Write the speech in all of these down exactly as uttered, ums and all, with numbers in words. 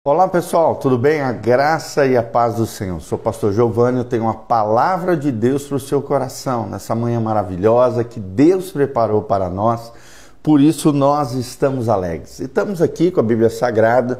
Olá pessoal, tudo bem? A graça e a paz do Senhor. Sou o pastor Giovanni, eu tenho uma palavra de Deus para o seu coração, nessa manhã maravilhosa que Deus preparou para nós, por isso nós estamos alegres. E estamos aqui com a Bíblia Sagrada,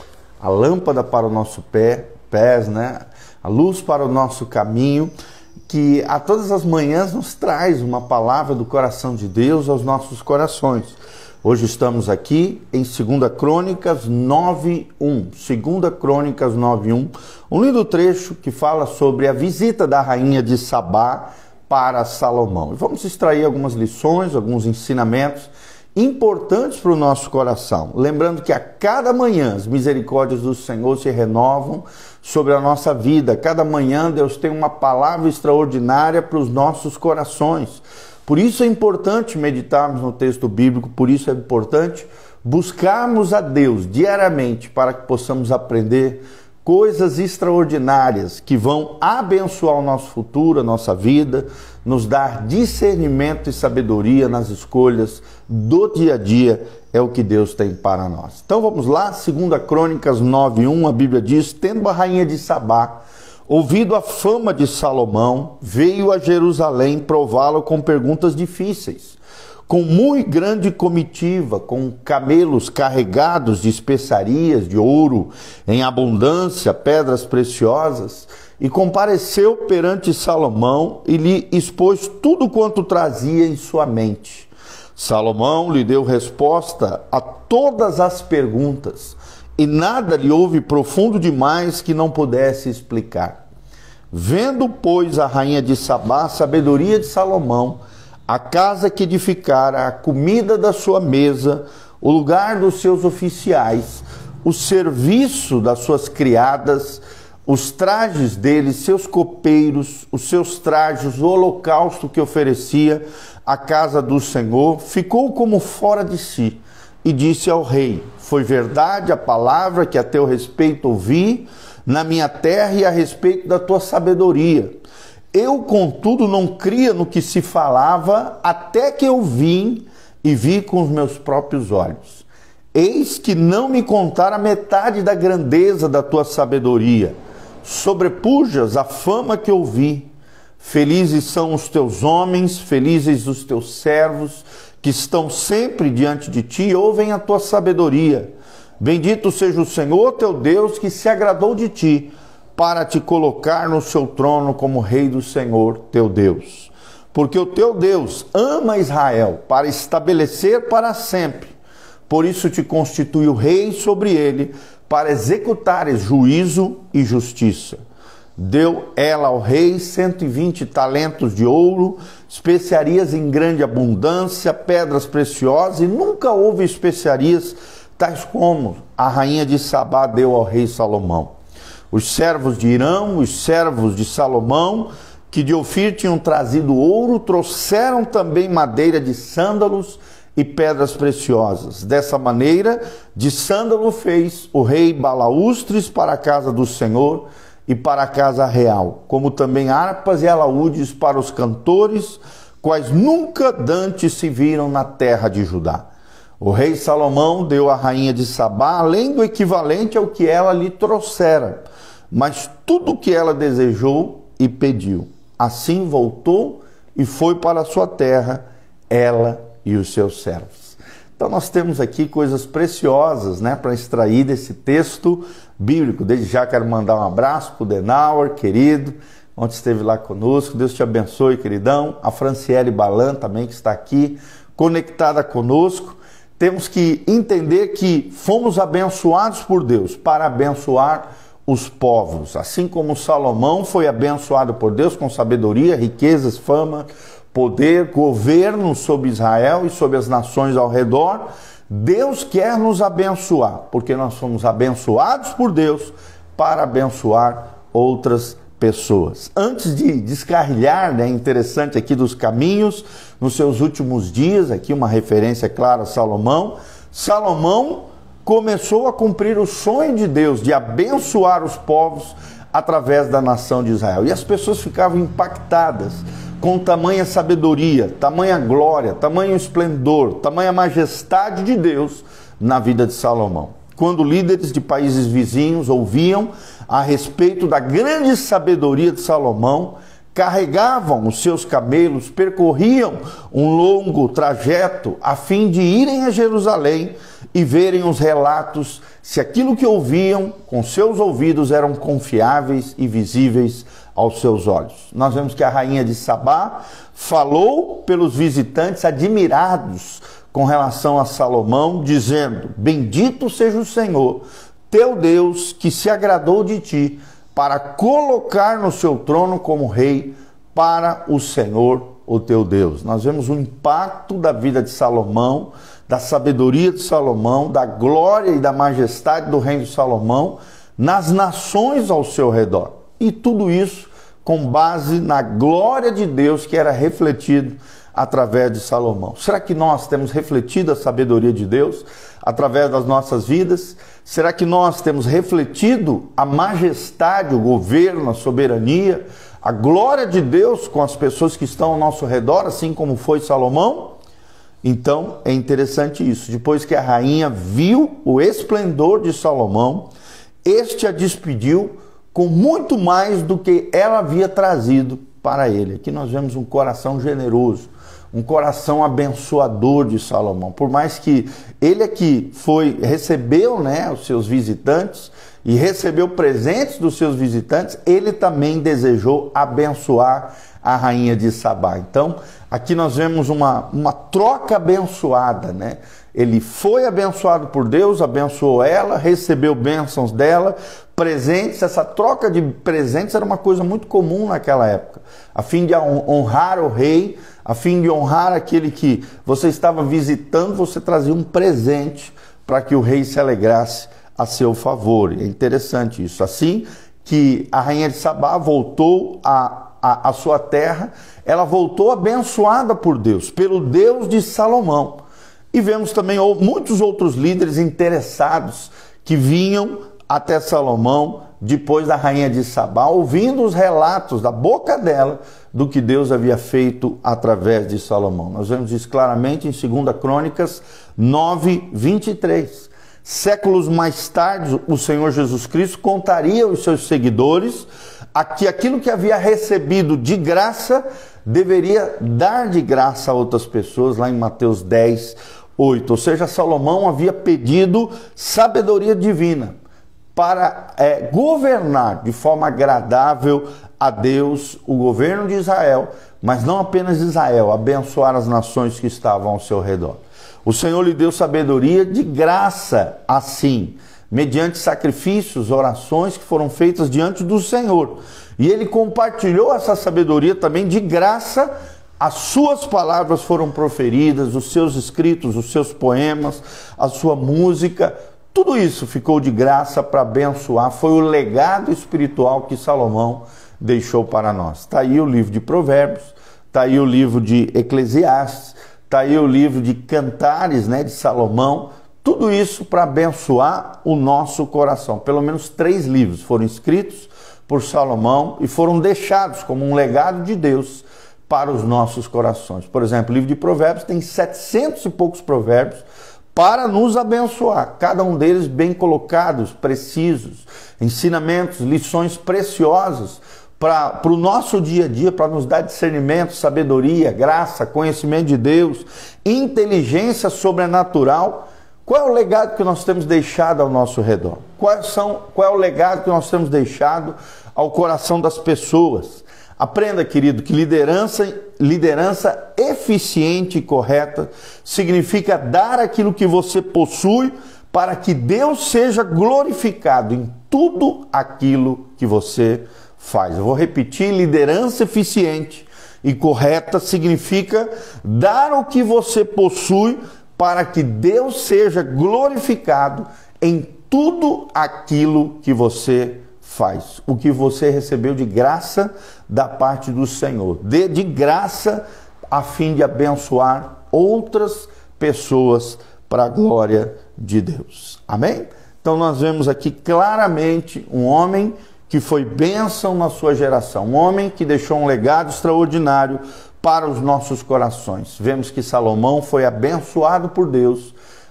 a lâmpada para o nosso pé, pés, né? A luz para o nosso caminho, que a todas as manhãs nos traz uma palavra do coração de Deus aos nossos corações. Hoje estamos aqui em segunda Crônicas nove, um. segunda Crônicas nove, um. Um lindo trecho que fala sobre a visita da rainha de Sabá para Salomão. E vamos extrair algumas lições, alguns ensinamentos importantes para o nosso coração. Lembrando que a cada manhã as misericórdias do Senhor se renovam sobre a nossa vida. Cada manhã Deus tem uma palavra extraordinária para os nossos corações. Por isso é importante meditarmos no texto bíblico, por isso é importante buscarmos a Deus diariamente para que possamos aprender coisas extraordinárias que vão abençoar o nosso futuro, a nossa vida, nos dar discernimento e sabedoria nas escolhas do dia a dia, é o que Deus tem para nós. Então vamos lá, segunda Crônicas nove, um, a Bíblia diz: tendo a rainha de Sabá ouvido a fama de Salomão, veio a Jerusalém prová-lo com perguntas difíceis, com muito grande comitiva, com camelos carregados de especiarias, de ouro em abundância, pedras preciosas, e compareceu perante Salomão e lhe expôs tudo quanto trazia em sua mente. Salomão lhe deu resposta a todas as perguntas, e nada lhe houve profundo demais que não pudesse explicar. Vendo, pois, a rainha de Sabá a sabedoria de Salomão, a casa que edificara, a comida da sua mesa, o lugar dos seus oficiais, o serviço das suas criadas, os trajes deles, seus copeiros, os seus trajes, o holocausto que oferecia à casa do Senhor, ficou como fora de si. E disse ao rei: foi verdade a palavra que a teu respeito ouvi na minha terra e a respeito da tua sabedoria. Eu, contudo, não cria no que se falava, até que eu vim e vi com os meus próprios olhos. Eis que não me contaram a metade da grandeza da tua sabedoria. Sobrepujas a fama que ouvi. Felizes são os teus homens, felizes os teus servos, que estão sempre diante de ti e ouvem a tua sabedoria. Bendito seja o Senhor teu Deus, que se agradou de ti, para te colocar no seu trono como rei do Senhor teu Deus. Porque o teu Deus ama Israel, para estabelecer para sempre. Por isso te constituiu rei sobre ele, para executares juízo e justiça. Deu ela ao rei cento e vinte talentos de ouro, especiarias em grande abundância, pedras preciosas, e nunca houve especiarias tais como a rainha de Sabá deu ao rei Salomão. Os servos de Irão, os servos de Salomão, que de Ofir tinham trazido ouro, trouxeram também madeira de sândalos e pedras preciosas. Dessa maneira, de sândalo fez o rei balaústres para a casa do Senhor e para a casa real, como também harpas e alaúdes para os cantores, quais nunca dantes se viram na terra de Judá. O rei Salomão deu à rainha de Sabá, além do equivalente ao que ela lhe trouxera, mas tudo o que ela desejou e pediu. Assim voltou e foi para a sua terra, ela e os seus servos. Então nós temos aqui coisas preciosas, né, para extrair desse texto bíblico. Desde já quero mandar um abraço para o Denauer, querido, ontem esteve lá conosco. Deus te abençoe, queridão. A Franciele Balan também, que está aqui, conectada conosco. Temos que entender que fomos abençoados por Deus para abençoar os povos. Assim como Salomão foi abençoado por Deus com sabedoria, riquezas, fama, poder, governo sobre Israel e sobre as nações ao redor, Deus quer nos abençoar, porque nós somos abençoados por Deus para abençoar outras pessoas. Antes de descarrilhar, né, interessante aqui dos caminhos, nos seus últimos dias, aqui uma referência clara a Salomão, Salomão começou a cumprir o sonho de Deus de abençoar os povos através da nação de Israel. E as pessoas ficavam impactadas com tamanha sabedoria, tamanha glória, tamanho esplendor, tamanha majestade de Deus na vida de Salomão. quando líderes de países vizinhos ouviam a respeito da grande sabedoria de Salomão, carregavam os seus camelos, percorriam um longo trajeto a fim de irem a Jerusalém e verem os relatos se aquilo que ouviam com seus ouvidos eram confiáveis e visíveis aos seus olhos. Nós vemos que a rainha de Sabá falou pelos visitantes admirados com relação a Salomão, dizendo: bendito seja o Senhor, teu Deus, que se agradou de ti, para colocar no seu trono como rei para o Senhor, o teu Deus. Nós vemos o impacto da vida de Salomão, da sabedoria de Salomão, da glória e da majestade do reino de Salomão nas nações ao seu redor. E tudo isso com base na glória de Deus que era refletido através de Salomão. Será que nós temos refletido a sabedoria de Deus através das nossas vidas? Será que nós temos refletido a majestade, o governo, a soberania, a glória de Deus com as pessoas que estão ao nosso redor, assim como foi Salomão? Então é interessante isso. Depois que a rainha viu o esplendor de Salomão, este a despediu com muito mais do que ela havia trazido para ele. Aqui nós vemos um coração generoso, um coração abençoador de Salomão. Por mais que ele aqui foi, recebeu, né, os seus visitantes e recebeu presentes dos seus visitantes, ele também desejou abençoar a rainha de Sabá. Então, aqui nós vemos uma, uma troca abençoada, né? Ele foi abençoado por Deus, abençoou ela, recebeu bênçãos dela, presentes. Essa troca de presentes era uma coisa muito comum naquela época, a fim de honrar o rei, a fim de honrar aquele que você estava visitando, você trazia um presente para que o rei se alegrasse a seu favor. É interessante isso. Assim que a rainha de Sabá voltou a, a, a sua terra, ela voltou abençoada por Deus, pelo Deus de Salomão. E vemos também muitos outros líderes interessados que vinham até Salomão depois da rainha de Sabá, ouvindo os relatos da boca dela do que Deus havia feito através de Salomão. Nós vemos isso claramente em segunda Crônicas nove, vinte e três. Séculos mais tarde, o Senhor Jesus Cristo contaria aos seus seguidores que aquilo que havia recebido de graça deveria dar de graça a outras pessoas, lá em Mateus dez, oito. Ou seja, Salomão havia pedido sabedoria divina para é, governar de forma agradável a Deus, o governo de Israel, mas não apenas Israel, abençoar as nações que estavam ao seu redor. O Senhor lhe deu sabedoria de graça, assim, mediante sacrifícios, orações que foram feitas diante do Senhor. E ele compartilhou essa sabedoria também de graça. As suas palavras foram proferidas, os seus escritos, os seus poemas, a sua música, tudo isso ficou de graça para abençoar. Foi o legado espiritual que Salomão deixou para nós. Está aí o livro de Provérbios, está aí o livro de Eclesiastes, está aí o livro de Cantares, né, de Salomão. Tudo isso para abençoar o nosso coração. Pelo menos três livros foram escritos por Salomão e foram deixados como um legado de Deus para os nossos corações. Por exemplo, o livro de Provérbios tem setecentos e poucos provérbios para nos abençoar, cada um deles bem colocados, precisos, ensinamentos, lições preciosas para o nosso dia a dia, para nos dar discernimento, sabedoria, graça, conhecimento de Deus, inteligência sobrenatural. Qual é o legado que nós temos deixado ao nosso redor? Quais são, qual é o legado que nós temos deixado ao coração das pessoas? Aprenda, querido, que liderança, liderança eficiente e correta significa dar aquilo que você possui para que Deus seja glorificado em tudo aquilo que você faz. Eu vou repetir: liderança eficiente e correta significa dar o que você possui para que Deus seja glorificado em tudo aquilo que você faz. O que você recebeu de graça da parte do Senhor. Dê de graça a fim de abençoar outras pessoas para a glória de Deus. Amém? Então nós vemos aqui claramente um homem que foi bênção na sua geração. Um homem que deixou um legado extraordinário para os nossos corações. Vemos que Salomão foi abençoado por Deus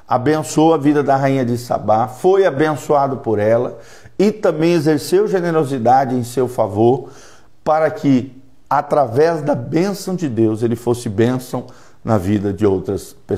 abençoou a vida da rainha de Sabá, foi abençoado por ela e também exerceu generosidade em seu favor para que, através da bênção de Deus, ele fosse bênção na vida de outras pessoas.